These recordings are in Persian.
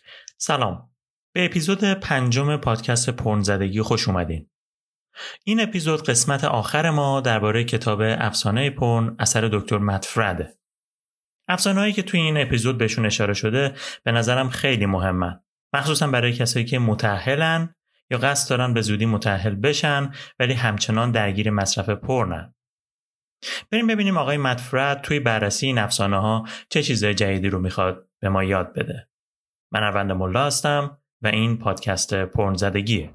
سلام. به اپیزود 5 پادکست پرن‌زدگی خوش اومدین. این اپیزود قسمت آخر ما درباره کتاب افسانه پرن اثر دکتر مت فرده. افسانه‌هایی که توی این اپیزود بهشون اشاره شده به نظرم خیلی مهمن. مخصوصا برای کسایی که متأهلن یا قصد دارن به زودی متأهل بشن ولی همچنان درگیر مصرف پرنن. بریم ببینیم آقای مت فرد توی بررسی این افسانه‌ها چه چیزای جدیدی رو میخواد به ما یاد بده. من اروند ملا هستم و این پادکست پرن‌زدگیه.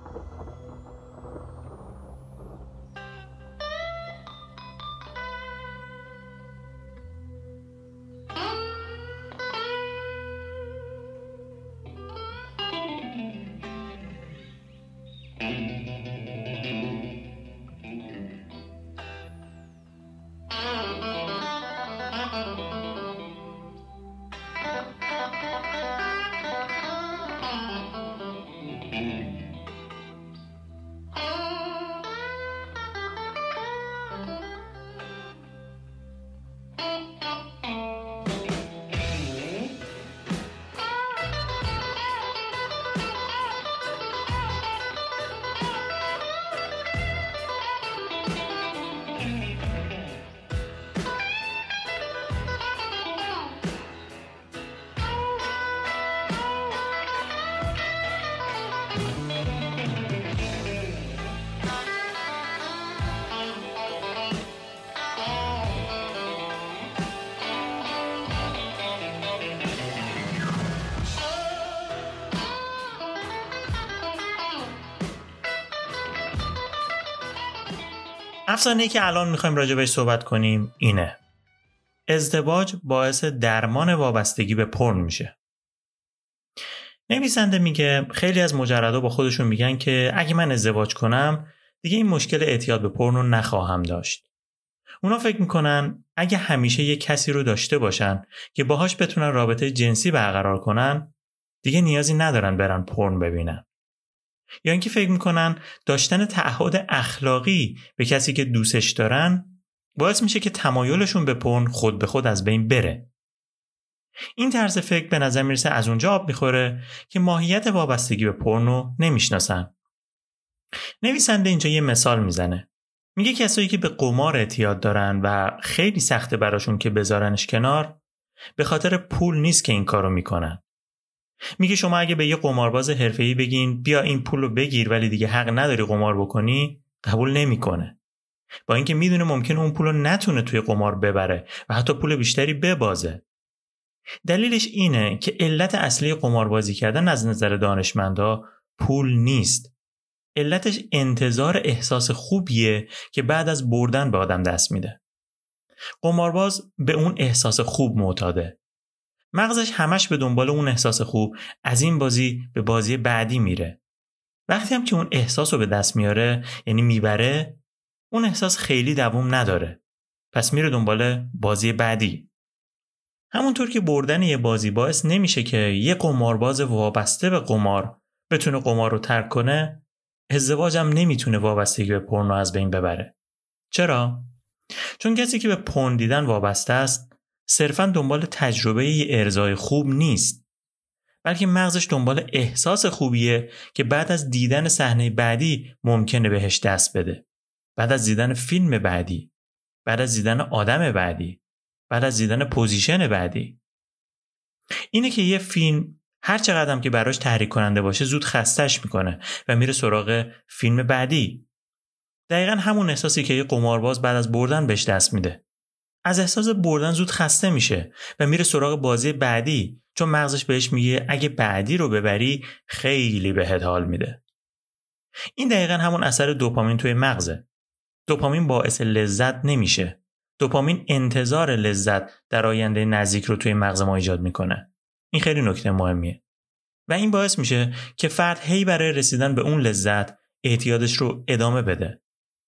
افسانه‌ای که الان میخوایم راجع بهش صحبت کنیم اینه: ازدواج باعث درمان وابستگی به پرن میشه. نویسنده میگه خیلی از مجردا با خودشون میگن که اگه من ازدواج کنم دیگه این مشکل اعتیاد به پرن رو نخواهم داشت. اونا فکر میکنن اگه همیشه یه کسی رو داشته باشن که باهاش بتونن رابطه جنسی برقرار کنن دیگه نیازی ندارن برن پرن ببینن. یا اینکه فکر میکنن داشتن تعهد اخلاقی به کسی که دوستش دارن باعث میشه که تمایلشون به پرن خود به خود از بین بره. این طرز فکر به نظر میرسه از اونجا آب میخوره که ماهیت وابستگی به پرن رو نمیشناسن. نویسنده اینجا یه مثال میزنه. میگه کسایی که به قمار اعتیاد دارن و خیلی سخته براشون که بذارنش کنار، به خاطر پول نیست که این کارو میکنن. میگه شما اگه به یه قمارباز حرفه‌ای بگین بیا این پول رو بگیر ولی دیگه حق نداری قمار بکنی، قبول نمیکنه. با اینکه میدونه ممکن اون پول رو نتونه توی قمار ببره و حتی پول بیشتری ببازه. دلیلش اینه که علت اصلی قماربازی کردن از نظر دانشمندا پول نیست. علتش انتظار احساس خوبیه که بعد از بردن به آدم دست میده. قمارباز به اون احساس خوب معتاده. مغزش همش به دنبال اون احساس خوب از این بازی به بازی بعدی میره. وقتی هم که اون احساس رو به دست میاره یعنی میبره، اون احساس خیلی دوام نداره. پس میره دنبال بازی بعدی. همونطور که بردن یه بازی باعث نمیشه که یه قمارباز وابسته به قمار بتونه قمار رو ترک کنه، ازدواج هم نمیتونه وابستگی به پرن رو از بین ببره. چرا؟ چون کسی که به پرن دیدن وابسته است صرفاً دنبال تجربه یه ارضای خوب نیست، بلکه مغزش دنبال احساس خوبیه که بعد از دیدن صحنه بعدی ممکنه بهش دست بده. بعد از دیدن فیلم بعدی، بعد از دیدن آدم بعدی، بعد از دیدن پوزیشن بعدی. اینه که یه فیلم هر چقدر که براش تحریک کننده باشه زود خستش میکنه و میره سراغ فیلم بعدی. دقیقاً همون احساسی که یه قمارباز بعد از بردن بهش دست میده. از احساس بردن زود خسته میشه و میره سراغ بازی بعدی، چون مغزش بهش میگه اگه بعدی رو ببری خیلی بهت حال میده. این دقیقاً همون اثر دوپامین توی مغزه. دوپامین باعث لذت نمیشه. دوپامین انتظار لذت در آینده نزدیک رو توی مغز ما ایجاد میکنه. این خیلی نکته مهمیه. و این باعث میشه که فرد هی برای رسیدن به اون لذت اعتیادش رو ادامه بده.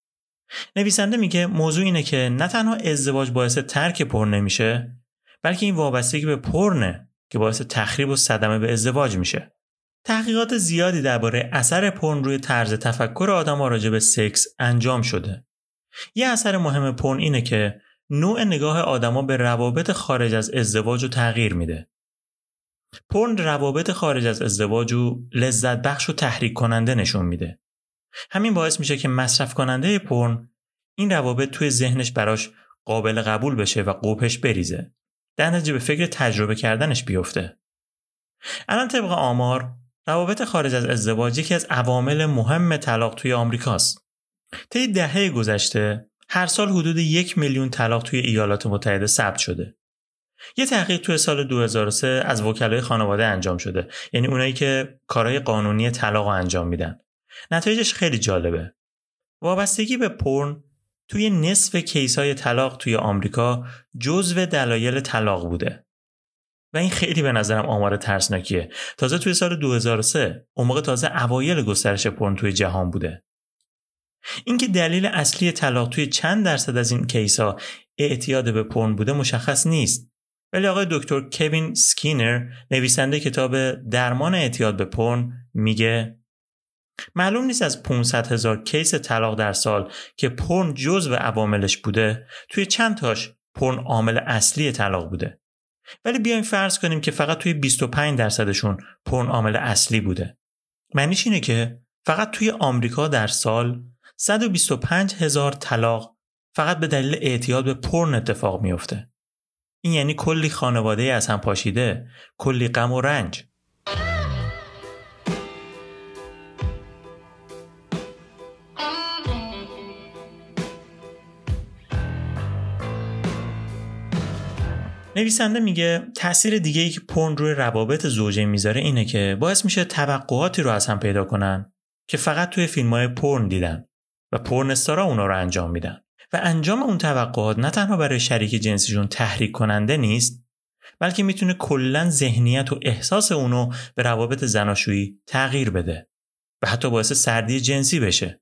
نویسنده میگه موضوع اینه که نه تنها ازدواج باعث ترک پرن نمیشه، بلکه این وابستگی به پرنه که باعث تخریب و صدمه به ازدواج میشه. تحقیقات زیادی درباره اثر پرن روی طرز تفکر آدم‌ها راجع به سکس انجام شده. یه اثر مهم پرن اینه که نوع نگاه آدم‌ها به روابط خارج از ازدواج رو تغییر میده. پورن روابط خارج از ازدواج و لذت بخش و تحریک کننده نشون میده. همین باعث میشه که مصرف کننده پورن این روابط توی ذهنش براش قابل قبول بشه و قوپش بریزه. در نتیجه به فکر تجربه کردنش بیفته. الان طبق آمار روابط خارج از ازدواج یکی از عوامل مهم طلاق توی آمریکاست. طی دهه گذشته هر سال حدود 1 میلیون طلاق توی ایالات متحده ثبت شده. یه تحقیق توی سال 2003 از وکلای خانواده انجام شده، یعنی اونایی که کارهای قانونی طلاق رو انجام میدن. نتایجش خیلی جالبه. وابستگی به پورن توی نصف کیس‌های طلاق توی آمریکا جزو دلایل طلاق بوده. و این خیلی به نظرم آمار ترسناکیه. تازه توی سال 2003 اون موقع تازه اوایل گسترش پورن توی جهان بوده. اینکه دلیل اصلی طلاق توی چند درصد از این کیس‌ها اعتیاد به پورن بوده مشخص نیست. ولی آقای دکتر کوین سکینر نویسنده کتاب درمان اعتیاد به پورن میگه معلوم نیست از 500,000 کیس طلاق در سال که پورن جزو عواملش بوده توی چند تاش پورن عامل اصلی طلاق بوده. ولی بیایم فرض کنیم که فقط توی 25 درصدشون پورن عامل اصلی بوده. معنیش اینه که فقط توی آمریکا در سال 125,000 طلاق فقط به دلیل اعتیاد به پورن اتفاق میفته. این یعنی کلی خانواده از هم پاشیده، کلی غم و رنج. نویسنده میگه تأثیر دیگه‌ای که پورن روی روابط زوجه میذاره اینه که باعث میشه توقعاتی رو از هم پیدا کنن که فقط توی فیلم‌های پورن دیدن و پورن استارا اونا رو انجام میدن. و انجام اون توقعات نه تنها برای شریک جنسیشون تحریک کننده نیست، بلکه میتونه کلاً ذهنیت و احساس اونو به روابط زناشویی تغییر بده و حتی باعث سردی جنسی بشه.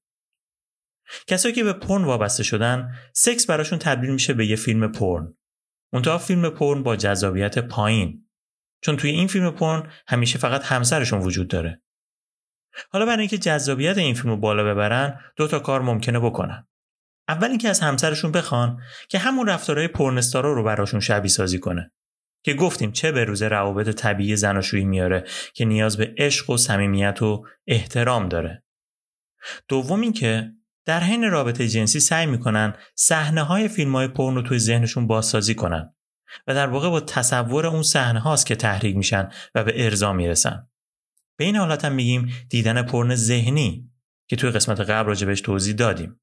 کسایی که به پورن وابسته شدن، سکس براشون تبدیل میشه به یه فیلم پورن. منتها فیلم پورن با جذابیت پایین، چون توی این فیلم پورن همیشه فقط همسرشون وجود داره. حالا برای اینکه جذابیت این فیلم رو بالا ببرن 2 تا کار ممکنه بکنن. اول اینکه از همسرشون بخوان که همون رفتارهای پورن استارا رو براشون شبیه سازی کنه که گفتیم چه به روز روابط طبیعی زناشویی میاره که نیاز به عشق و صمیمیت و احترام داره. دوم اینکه در حین رابطه جنسی سعی میکنن صحنه‌های فیلم‌های پورن رو توی ذهنشون بازسازی کنن و در واقع با تصور اون صحنه هاست که تحریک میشن و به ارضا میرسن. به این حالت هم میگیم دیدن پورن ذهنی که توی قسمت قبل راجبش توضیح دادیم.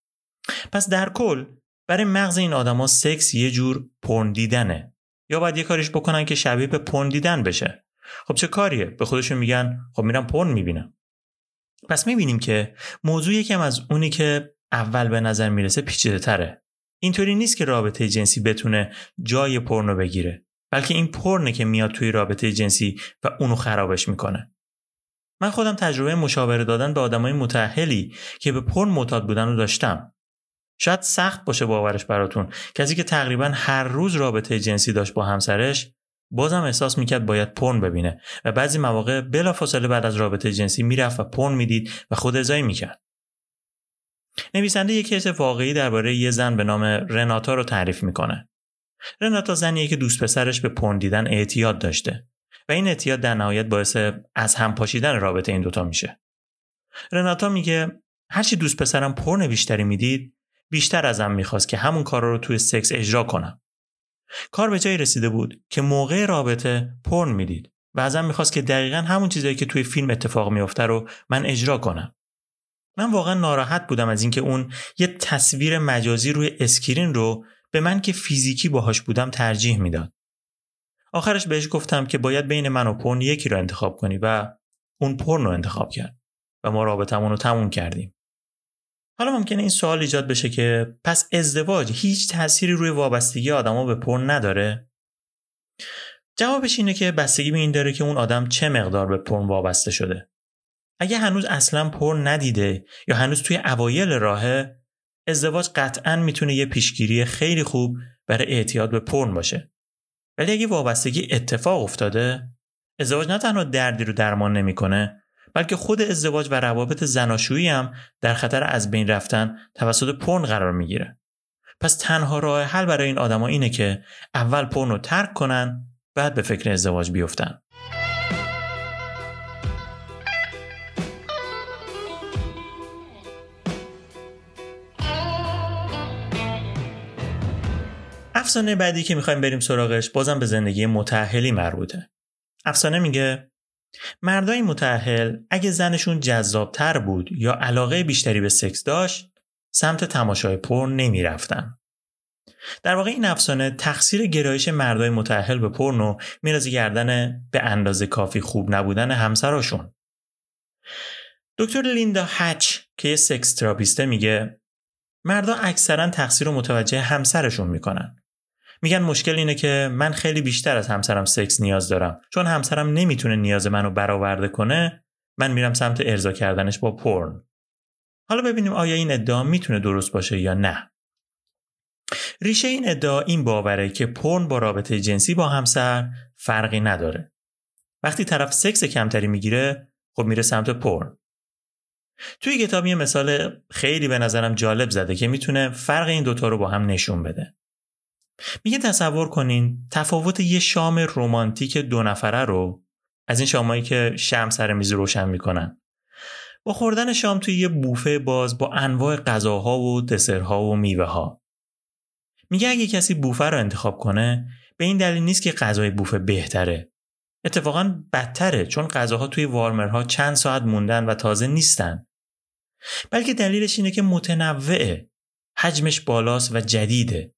پس در کل برای مغز این آدما سکس یه جور پورن دیدنه، یا باید یه کاریش بکنن که شبیه به پورن دیدن بشه. خب چه کاریه؟ به خودشون میگن خب میرم پورن میبینم. پس میبینیم که موضوع یکم از اونی که اول به نظر میرسه پیچیده تره. اینطوری نیست که رابطه جنسی بتونه جای پورنو بگیره، بلکه این پورنه که میاد توی رابطه جنسی و اونو خرابش میکنه. من خودم تجربه مشاوره دادن به آدمای متأهلی که به پورن معتاد بودن رو داشتم. شاید سخت باشه باورش براتون، کسی که تقریبا هر روز رابطه جنسی داشت با همسرش بازم احساس میکرد باید پورن ببینه و بعضی مواقع بلافاصله بعد از رابطه جنسی میرفت و پورن میدید و خود ازایی میکرد. نویسنده یک کیس واقعی درباره یه زن به نام رناتا رو تعریف میکنه. رناتا زنیه که دوست پسرش به پورن دیدن اعتیاد داشته و این اعتیاد در نهایت باعث از هم پاشیدن رابطه این دوتا میشه. رناتا میگه هرچی دوست پسرم پورن بیشتری میدید، بیشتر ازم میخواست که همون کارا رو توی سکس اجرا کنم. کار به جایی رسیده بود که موقع رابطه پورن میدید و ازم میخواست که دقیقاً همون چیزایی که توی فیلم اتفاق میفته رو من اجرا کنم. من واقعا ناراحت بودم از اینکه اون یه تصویر مجازی روی اسکرین رو به من که فیزیکی باهاش بودم ترجیح میداد. آخرش بهش گفتم که باید بین من و پورن یکی رو انتخاب کنی و اون پورن رو انتخاب کرد و ما رابطمون رو تموم کردیم. حالا ممکنه این سوال ایجاد بشه که پس ازدواج هیچ تأثیری روی وابستگی آدما به پورن نداره؟ جوابش اینه که بستگی به این داره که اون آدم چه مقدار به پورن وابسته شده. اگه هنوز اصلا پورن ندیده یا هنوز توی اوایل راهه، ازدواج قطعاً میتونه یه پیشگیری خیلی خوب برای اعتیاد به پورن باشه. ولی اگه وابستگی اتفاق افتاده، ازدواج نه تنها دردی رو درمان نمیکنه، بلکه خود ازدواج و روابط زناشویی هم در خطر از بین رفتن توسط پورن قرار میگیره. پس تنها راه حل برای این آدما اینه که اول پورن رو ترک کنن بعد به فکر ازدواج بیفتن. افسانه بعدی که میخوایم بریم سراغش بازم به زندگی متأهلی مربوطه. افسانه میگه مردای متأهل اگه زنشون جذابتر بود یا علاقه بیشتری به سکس داشت، سمت تماشای پورن نمیرفتن. در واقع این افسانه تقصیر گرایش مردای متأهل به پورنو میندازه گردن به اندازه کافی خوب نبودن همسراشون. دکتر لیندا هچ که یه سکس تراپیسته میگه مردا اکثرا تقصیر رو متوجه همسرشون میکنن. میگن مشکل اینه که من خیلی بیشتر از همسرم سکس نیاز دارم، چون همسرم نمیتونه نیاز منو برآورده کنه، من میرم سمت ارضا کردنش با پورن. حالا ببینیم آیا این ادعا میتونه درست باشه یا نه. ریشه این ادعا این باوره که پورن با رابطه جنسی با همسر فرقی نداره. وقتی طرف سکس کمتری میگیره، خب میره سمت پورن. توی کتاب یه مثال خیلی به نظرم جالب زده که میتونه فرق این دوتا رو با هم نشون بده. میگه تصور کنین تفاوت یه شام رمانتیک 2 نفره رو، از این شامایی که شمع سر میز روشن میکنن، با خوردن شام توی یه بوفه باز با انواع غذاها و دسرها و میوه ها. میگه اگه کسی بوفه رو انتخاب کنه، به این دلیل نیست که غذای بوفه بهتره. اتفاقاً بدتره، چون غذاها توی وارمرها چند ساعت موندن و تازه نیستن. بلکه دلیلش اینه که متنوعه، حجمش بالاست و جدیده.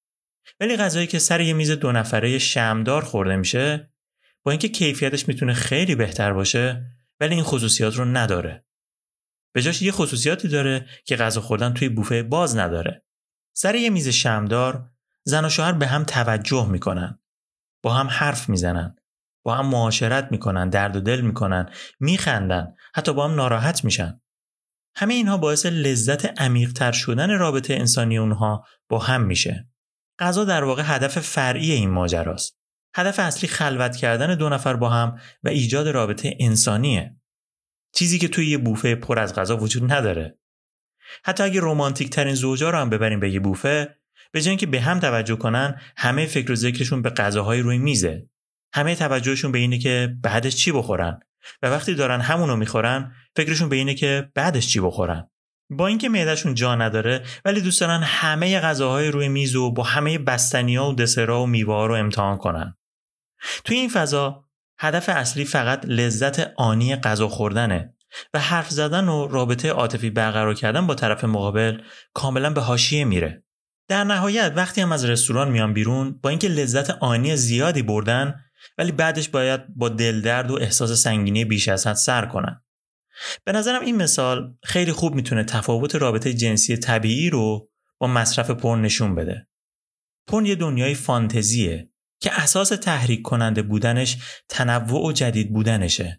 ولی غذایی که سر یه میز 2 نفره شمعدار خورده میشه، با اینکه کیفیتش میتونه خیلی بهتر باشه، ولی این خصوصیات رو نداره. به جاش یه خصوصیاتی داره که غذا خوردن توی بوفه باز نداره. سر یه میز شمعدار زن و شوهر به هم توجه میکنن، با هم حرف میزنن، با هم معاشرت میکنن، درد و دل میکنن، میخندن، حتی با هم ناراحت میشن. همه اینها باعث لذت عمیق‌تر شدن رابطه انسانی اونها با هم میشه. غذا در واقع هدف فرعی این ماجراست. هدف اصلی خلوت کردن 2 نفر با هم و ایجاد رابطه انسانیه. چیزی که توی یه بوفه پر از غذا وجود نداره. حتی اگه رمانتیک ترین زوجا رو هم ببریم به یه بوفه، به جای اینکه به هم توجه کنن، همه فکر و ذکرشون به غذاهای روی میزه. همه توجهشون به اینه که بعدش چی بخورن و وقتی دارن همونو میخورن، فکرشون به اینه که بعدش چی بخورن. با اینکه معده‌شون جا نداره، ولی دوست دارن همه غذاهای روی میز و با همه بستنی‌ها و دسرها و میوه‌ها رو امتحان کنن. توی این فضا هدف اصلی فقط لذت آنی غذا خوردنه و حرف زدن و رابطه عاطفی برقرار کردن با طرف مقابل کاملا به حاشیه میره. در نهایت وقتی هم از رستوران میان بیرون، با اینکه لذت آنی زیادی بردن، ولی بعدش باید با دلدرد و احساس سنگینی بیش از حد سر کنن. به نظرم این مثال خیلی خوب میتونه تفاوت رابطه جنسی طبیعی رو با مصرف پورن نشون بده. پورن یه دنیای فانتزیه که اساس تحریک کننده بودنش تنوع و جدید بودنشه.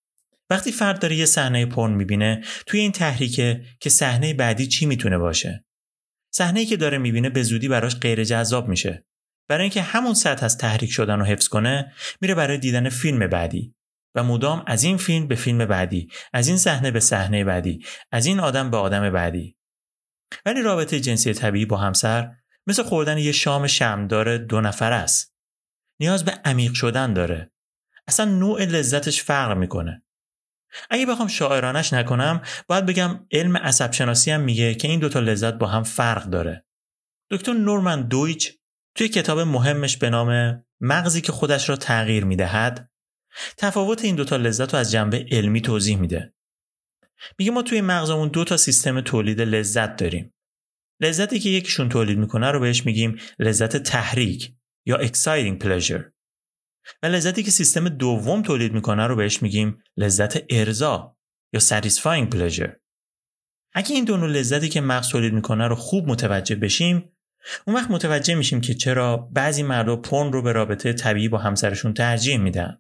وقتی فرد داره یه صحنه پورن میبینه، توی این تحریکه که صحنه بعدی چی میتونه باشه. صحنه‌ای که داره میبینه به زودی براش غیر جذاب میشه. برای اینکه همون سطح از تحریک شدن رو حفظ کنه، میره برای دیدن فیلم بعدی و مدام از این فیلم به فیلم بعدی، از این صحنه به صحنه بعدی، از این آدم به آدم بعدی. ولی رابطه جنسی طبیعی با همسر مثل خوردن یه شام شمعدار 2 نفره است. نیاز به عمیق شدن داره. اصلا نوع لذتش فرق میکنه. اگه بخوام شاعرانش نکنم، باید بگم علم عصب شناسی هم میگه که این 2 لذت با هم فرق داره. دکتر نورمن دویچ توی کتاب مهمش به نام مغزی که خودش را تغییر میدهد، تفاوت این 2 لذت رو از جنبه علمی توضیح میده. میگه ما توی مغزمون 2 سیستم تولید لذت داریم. لذتی که یکیشون تولید میکنه رو بهش میگیم لذت تحریک یا exciting pleasure. و لذتی که سیستم دوم تولید میکنه رو بهش میگیم لذت ارضا یا satisfying pleasure. اگه این 2 لذتی که مغز تولید میکنه رو خوب متوجه بشیم، اون وقت متوجه میشیم که چرا بعضی مردا پورن رو به رابطه طبیعی با همسرشون ترجیح میدن.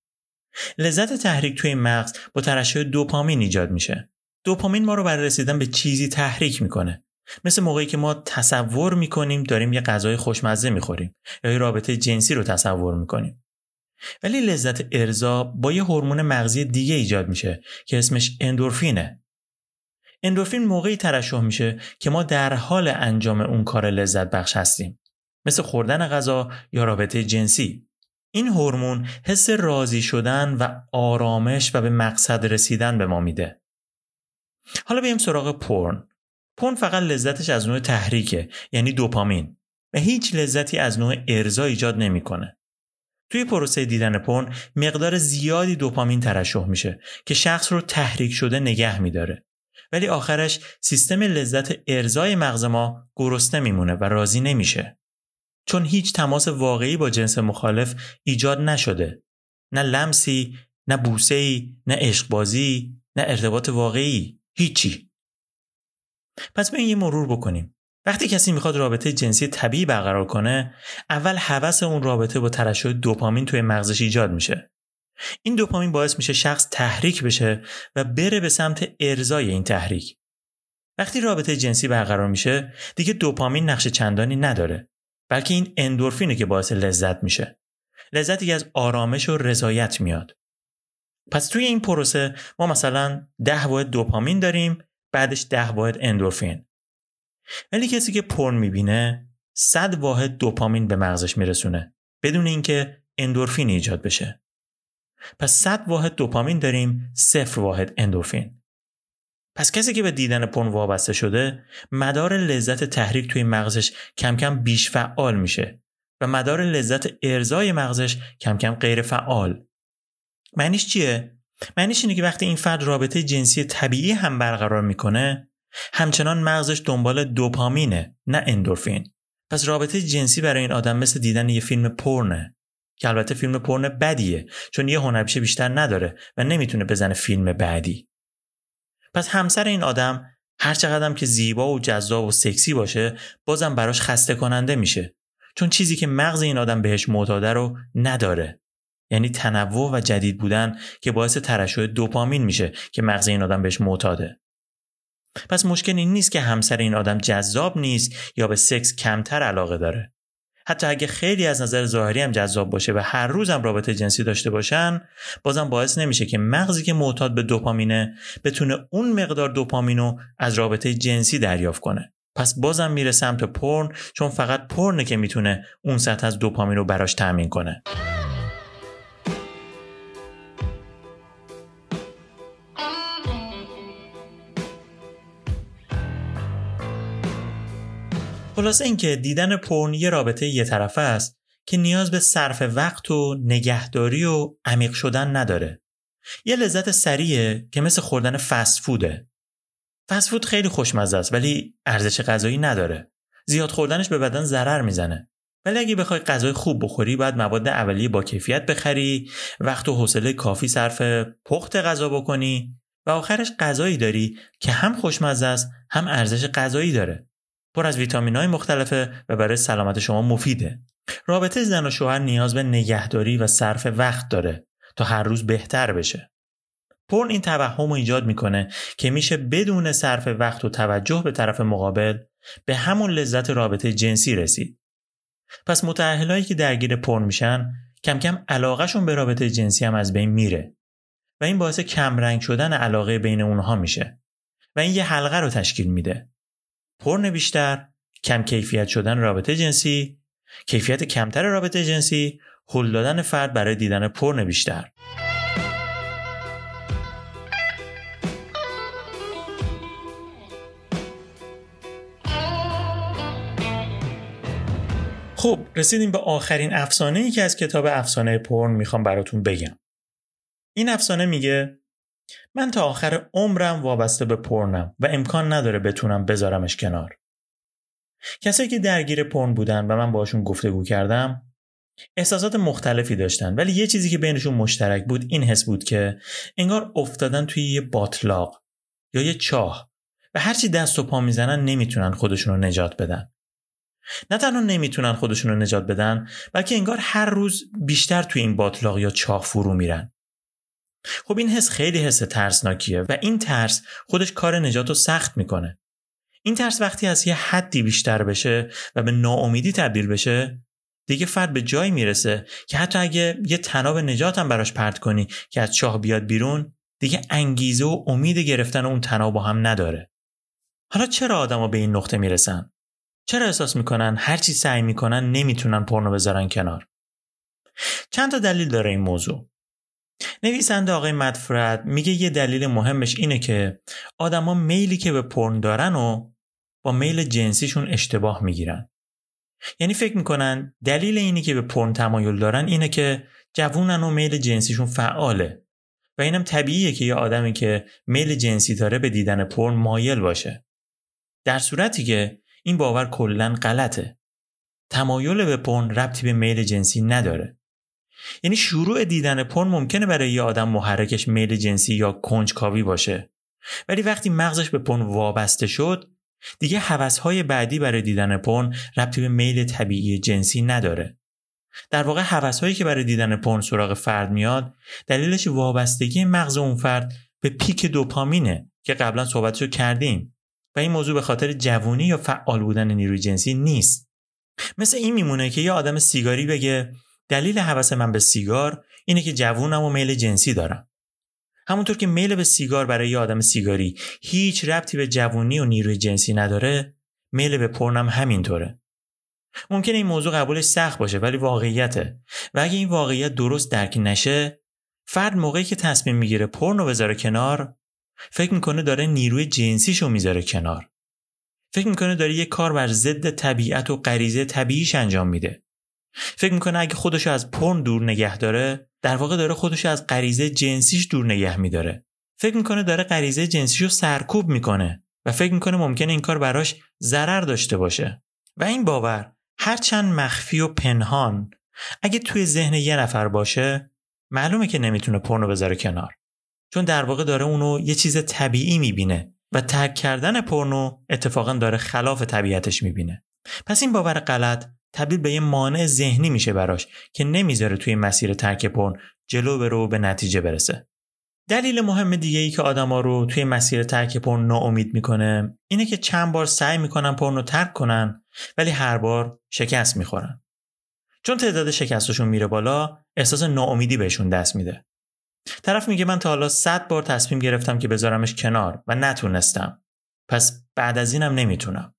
لذت تحریک توی مغز با ترشح دوپامین ایجاد میشه. دوپامین ما رو برای رسیدن به چیزی تحریک میکنه. مثل موقعی که ما تصور میکنیم داریم یه غذای خوشمزه میخوریم یا یه رابطه جنسی رو تصور میکنیم. ولی لذت ارضا با یه هورمون مغزی دیگه ایجاد میشه که اسمش اندورفینه. اندورفین موقعی ترشح میشه که ما در حال انجام اون کار لذت بخش هستیم، مثل خوردن غذا یا رابطه جنسی. این هورمون حس راضی شدن و آرامش و به مقصد رسیدن به ما میده. حالا بریم سراغ پورن. پورن فقط لذتش از نوع تحریکه، یعنی دوپامین، و هیچ لذتی از نوع ارضا ایجاد نمیکنه. توی پروسه دیدن پورن مقدار زیادی دوپامین ترشح میشه که شخص رو تحریک شده نگه میداره. ولی آخرش سیستم لذت ارضای مغز ما گرسنه میمونه و راضی نمیشه. چون هیچ تماس واقعی با جنس مخالف ایجاد نشده. نه لمسی، نه بوسه‌ای، نه عشقبازی، نه ارتباط واقعی، هیچی. پس بیاین یه مرور بکنیم. وقتی کسی میخواد رابطه جنسی طبیعی برقرار کنه، اول هوس اون رابطه با ترشح دوپامین توی مغزش ایجاد میشه. این دوپامین باعث میشه شخص تحریک بشه و بره به سمت ارضای این تحریک. وقتی رابطه جنسی برقرار میشه، دیگه دوپامین نقش چندانی نداره، بلکه این اندورفینه که باعث لذت میشه. لذتی که از آرامش و رضایت میاد. پس توی این پروسه ما مثلا 10 واحد دوپامین داریم، بعدش 10 واحد اندورفین. ولی کسی که پورن میبینه 100 واحد دوپامین به مغزش میرسونه بدون اینکه اندورفین ایجاد بشه. پس 100 واحد دوپامین داریم، 0 واحد اندورفین. پس کسی که به دیدن پورن وابسته شده، مدار لذت تحریک توی مغزش کم کم بیش فعال میشه و مدار لذت ارضای مغزش کم کم غیر فعال. معنیش چیه؟ معنیش اینه که وقتی این فرد رابطه جنسی طبیعی هم برقرار میکنه، همچنان مغزش دنبال دوپامینه، نه اندورفین. پس رابطه جنسی برای این آدم مثل دیدن یه فیلم پورنه، که البته فیلم پورن بدیه چون یه هنرپیشه بیشتر نداره و نمیتونه بزنه فیلم بعدی. پس همسر این آدم هر چقدر که زیبا و جذاب و سکسی باشه، بازم براش خسته کننده میشه، چون چیزی که مغز این آدم بهش معتاده رو نداره. یعنی تنوع و جدید بودن که باعث ترشح دوپامین میشه که مغز این آدم بهش معتاده. پس مشکل این نیست که همسر این آدم جذاب نیست یا به سکس کمتر علاقه داره. حتی اگه خیلی از نظر ظاهری هم جذاب باشه و هر روز هم رابطه جنسی داشته باشن، بازم باعث نمیشه که مغزی که معتاد به دوپامینه بتونه اون مقدار دوپامینو از رابطه جنسی دریافت کنه. پس بازم میره سمت پورن، چون فقط پورنه که میتونه اون سطح از دوپامینو براش تامین کنه. خلاصه این که دیدن پورن یه رابطه یه طرفه است که نیاز به صرف وقت و نگهداری و عمیق شدن نداره. یه لذت سریعه که مثل خوردن فست فوده. فست فود خیلی خوشمزه است ولی ارزش غذایی نداره. زیاد خوردنش به بدن ضرر میزنه. ولی اگه بخوای غذای خوب بخوری، باید مواد اولیه با کیفیت بخری، وقت و حوصله کافی صرف پخت غذا بکنی و آخرش غذایی داری که هم خوشمزه است هم ارزش غذایی داره. پر از ویتامین‌های مختلفه و برای سلامت شما مفیده. رابطه زن و شوهر نیاز به نگهداری و صرف وقت داره تا هر روز بهتر بشه. پورن این توهم رو ایجاد میکنه که میشه بدون صرف وقت و توجه به طرف مقابل به همون لذت رابطه جنسی رسید. پس متأهلایی که درگیر پورن میشن، کم کم علاقهشون به رابطه جنسی هم از بین میره و این باعث کمرنگ شدن علاقه بین اونها میشه و این یه حلقه رو تشکیل میده. پورن بیشتر، کم کیفیت شدن رابطه جنسی، کیفیت کمتر رابطه جنسی، هل دادن فرد برای دیدن پورن بیشتر. خب رسیدیم به آخرین افسانه‌ای که از کتاب افسانه پورن میخوام براتون بگم. این افسانه میگه من تا آخر عمرم وابسته به پورنم و امکان نداره بتونم بذارمش کنار. کسایی که درگیر پورن بودن و من باشون گفتگو کردم احساسات مختلفی داشتن، ولی یه چیزی که بینشون مشترک بود این حس بود که انگار افتادن توی یه باتلاق یا یه چاه و هرچی دست و پا میزنن نمیتونن خودشون رو نجات بدن. نه تنها نمیتونن خودشون رو نجات بدن، بلکه انگار هر روز بیشتر توی این باتلاق یا چاه فرو میرن. خب این حس خیلی حس ترسناکیه و این ترس خودش کار نجات رو سخت میکنه. این ترس وقتی از یه حدی بیشتر بشه و به ناامیدی تبدیل بشه، دیگه فرد به جایی میرسه که حتی اگه یه طناب نجات هم براش پرت کنی که از چاه بیاد بیرون، دیگه انگیزه و امید گرفتن اون طناب هم نداره. حالا چرا آدما به این نقطه میرسن؟ چرا احساس میکنن هرچی سعی میکنن نمیتونن پورنو بذارن کنار؟ چند تا دلیل داره این موضوع. نویسنده آقای مدفرد میگه یه دلیل مهمش اینه که آدما میلی که به پورن دارن و با میل جنسیشون اشتباه میگیرن. یعنی فکر میکنن دلیل اینی که به پورن تمایل دارن اینه که جوونن و میل جنسیشون فعاله و اینم طبیعیه که یه آدمی که میل جنسی داره به دیدن پورن مایل باشه. در صورتی که این باور کلاً غلطه. تمایل به پورن ربطی به میل جنسی نداره. یعنی شروع دیدن پورن ممکنه برای یه آدم محرکش میل جنسی یا کنجکاوی باشه، ولی وقتی مغزش به پورن وابسته شد دیگه هوس‌های بعدی برای دیدن پورن ربطی به میل طبیعی جنسی نداره. در واقع هوس‌هایی که برای دیدن پورن سراغ فرد میاد دلیلش وابستگی مغز اون فرد به پیک دوپامینه که قبلا صحبتشو کردیم و این موضوع به خاطر جوونی یا فعال بودن نیروی جنسی نیست. مثل این میمونه که یه آدم سیگاری بگه دلیل هوس من به سیگار اینه که جوونم و میل جنسی دارم. همونطور که میل به سیگار برای یه آدم سیگاری هیچ ربطی به جوونی و نیروی جنسی نداره، میل به پورن هم همینطوره. ممکنه این موضوع قبولش سخت باشه ولی واقعیته و اگه این واقعیت درست درک نشه، فرد موقعی که تصمیم میگیره پورن رو بذاره کنار فکر میکنه داره نیروی جنسیشو میذاره کنار. فکر میکنه داره یه کار بر ضد طبیعت و غریزه طبیعیش انجام میده. فکر میکنه اگه خودشو از پورن دور نگه داره در واقع داره خودشو از غریزه جنسیش دور نگه میداره. فکر میکنه داره غریزه جنسیشو سرکوب میکنه و فکر میکنه ممکنه این کار براش ضرر داشته باشه. و این باور هرچند مخفی و پنهان اگه توی ذهن یه نفر باشه معلومه که نمیتونه پورن رو بذاره کنار، چون در واقع داره اونو یه چیز طبیعی میبینه و ترک کردن پورنو اتفاقا داره خلاف طبیعتش میبینه. پس این باور غلط تبدیل به یه مانع ذهنی میشه براش که نمیذاره توی مسیر ترک پورن جلو بره و به نتیجه برسه. دلیل مهم دیگه ای که آدما رو توی مسیر ترک پورن ناامید میکنه اینه که چند بار سعی میکنن پورن رو ترک کنن ولی هر بار شکست میخورن. چون تعداد شکستشون میره بالا احساس ناامیدی بهشون دست میده. طرف میگه من تا حالا 100 بار تصمیم گرفتم که بذارمش کنار و نتونستم، پس بعد از اینم نمیتونم.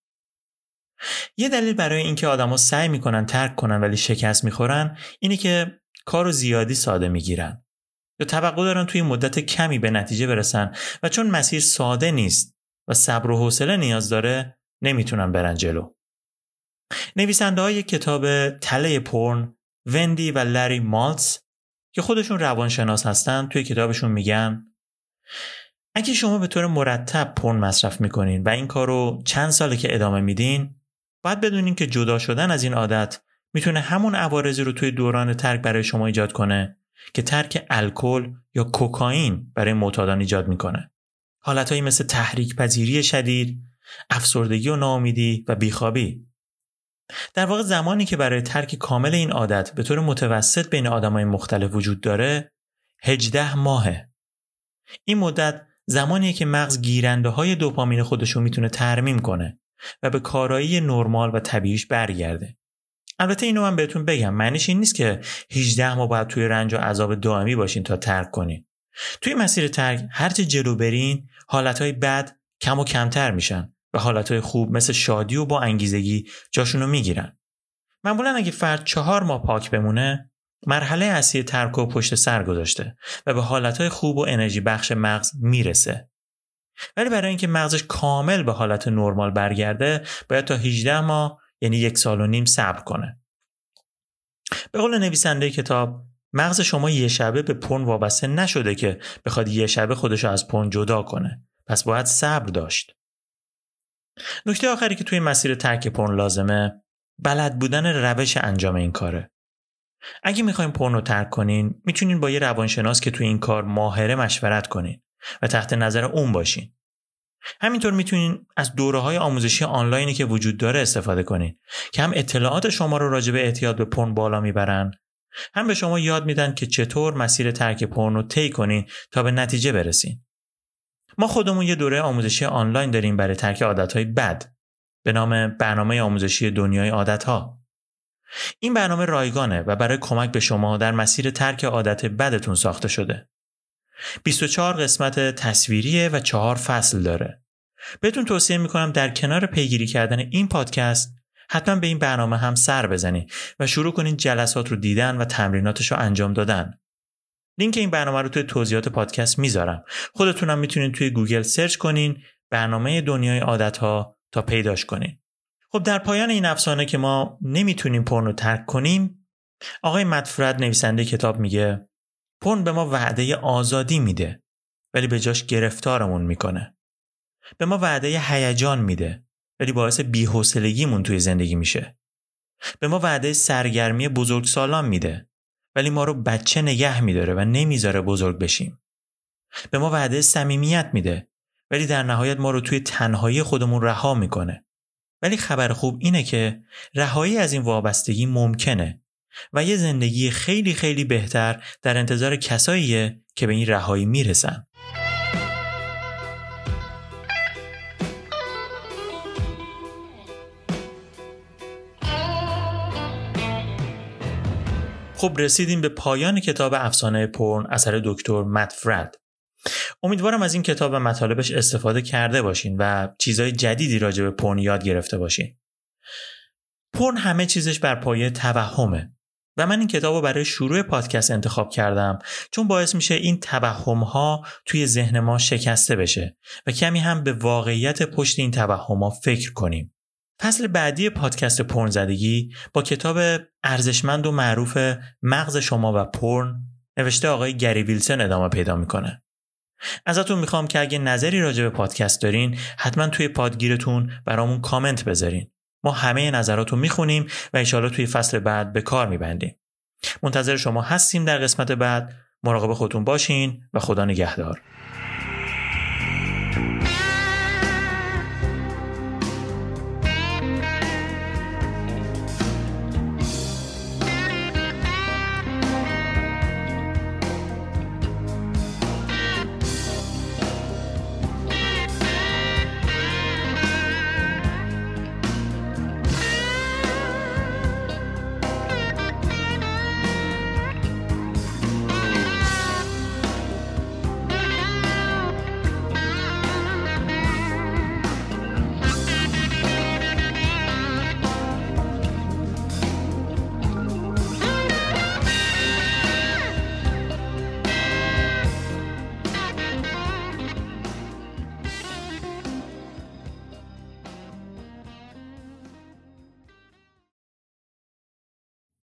یه دلیل برای اینکه آدما سعی میکنن ترک کنن ولی شکست میخورن اینه که کارو زیادی ساده میگیرن یا توقع دارن توی مدت کمی به نتیجه برسن و چون مسیر ساده نیست و صبر و حوصله نیاز داره نمیتونن برن جلو. نویسنده های کتاب تله پورن، وندی و لری مالتز که خودشون روانشناس هستن توی کتابشون میگن اگه شما به طور مرتب پورن مصرف میکنین و این کارو چند ساله که ادامه میدین باید بدونین که جدا شدن از این عادت میتونه همون عوارضی رو توی دوران ترک برای شما ایجاد کنه که ترک الکل یا کوکائین برای معتادان ایجاد میکنه. حالتهایی مثل تحریک پذیری شدید، افسردگی و ناامیدی و بیخوابی. در واقع زمانی که برای ترک کامل این عادت به طور متوسط بین آدمای مختلف وجود داره 18 ماهه. این مدت زمانیه که مغز گیرنده‌های دوپامین خودشو میتونه ترمیم کنه و به کارایی نرمال و طبیعیش برگرده. البته اینو من بهتون بگم معنیش این نیست که 18 ماه باید توی رنج و عذاب دائمی باشین تا ترک کنین. توی مسیر ترک هرچه جلو برین حالتهای بد کم و کمتر میشن و حالتهای خوب مثل شادی و با انگیزگی جاشونو میگیرن. معمولا اگه فرد 4 ماه پاک بمونه مرحله اصلی ترک و پشت سر گذاشته و به حالتهای خوب و انرژی بخش مغز میرسه. ولی برای اینکه مغزش کامل به حالت نرمال برگرده باید تا 18 ماه یعنی 1.5 سال صبر کنه. به قول نویسنده کتاب مغز شما یه شبه به پورن وابسته نشده که بخواد یه شبه خودشو از پورن جدا کنه، پس باید صبر داشت. نکته آخری که توی مسیر ترک پورن لازمه بلد بودن روش انجام این کاره. اگه میخواین پورن رو ترک کنین میتونین با یه روانشناس که توی این کار ماهره مشورت کنین و تحت نظر اون باشین. همینطور میتونین از دوره‌های آموزشی آنلاینی که وجود داره استفاده کنین که هم اطلاعات شما رو راجع به اعتیاد به پورن بالا میبرن، هم به شما یاد میدن که چطور مسیر ترک پورن رو طی کنین تا به نتیجه برسین. ما خودمون یه دوره آموزشی آنلاین داریم برای ترک عادت‌های بد به نام برنامه آموزشی دنیای عادت‌ها. این برنامه رایگانه و برای کمک به شما در مسیر ترک عادت بدتون ساخته شده. 24 قسمت تصویریه و 4 فصل داره. بهتون توصیه میکنم در کنار پیگیری کردن این پادکست حتما به این برنامه هم سر بزنید و شروع کنین جلسات رو دیدن و تمریناتش رو انجام دادن. لینک این برنامه رو توی توضیحات پادکست میذارم. خودتونم میتونین توی گوگل سرچ کنین برنامه دنیای عادت‌ها تا پیداش کنین. خب در پایان این افسانه که ما نمیتونیم پورن رو ترک کنیم، آقای مت فرد نویسنده کتاب میگه پورن به ما وعده آزادی میده ولی به جاش گرفتارمون میکنه. به ما وعده هیجان میده ولی باعث بی‌حوصلگیمون توی زندگی میشه. به ما وعده سرگرمی بزرگسالان میده ولی ما رو بچه نگه میداره و نمیذاره بزرگ بشیم. به ما وعده صمیمیت میده ولی در نهایت ما رو توی تنهایی خودمون رها میکنه. ولی خبر خوب اینه که رهایی از این وابستگی ممکنه و یه زندگی خیلی خیلی بهتر در انتظار کساییه که به این رهایی میرسن. خب رسیدیم به پایان کتاب افسانه پورن اثر دکتر مت فرد. امیدوارم از این کتاب و مطالبش استفاده کرده باشین و چیزای جدیدی راجع به پورن یاد گرفته باشین. پورن همه چیزش بر پایه توهمه و من این کتابو برای شروع پادکست انتخاب کردم چون باعث میشه این توهم‌ها توی ذهن ما شکسته بشه و کمی هم به واقعیت پشت این توهم‌ها فکر کنیم. فصل بعدی پادکست پورن زدگی با کتاب ارزشمند و معروف مغز شما و پورن نوشته آقای گری ویلسون ادامه پیدا میکنه. ازتون میخوام که اگه نظری راجع به پادکست دارین حتما توی پادگیرتون برامون کامنت بذارین. ما همه نظراتو میخونیم و انشالله توی فصل بعد به کار میبندیم. منتظر شما هستیم در قسمت بعد. مراقب خودتون باشین و خدا نگهدار.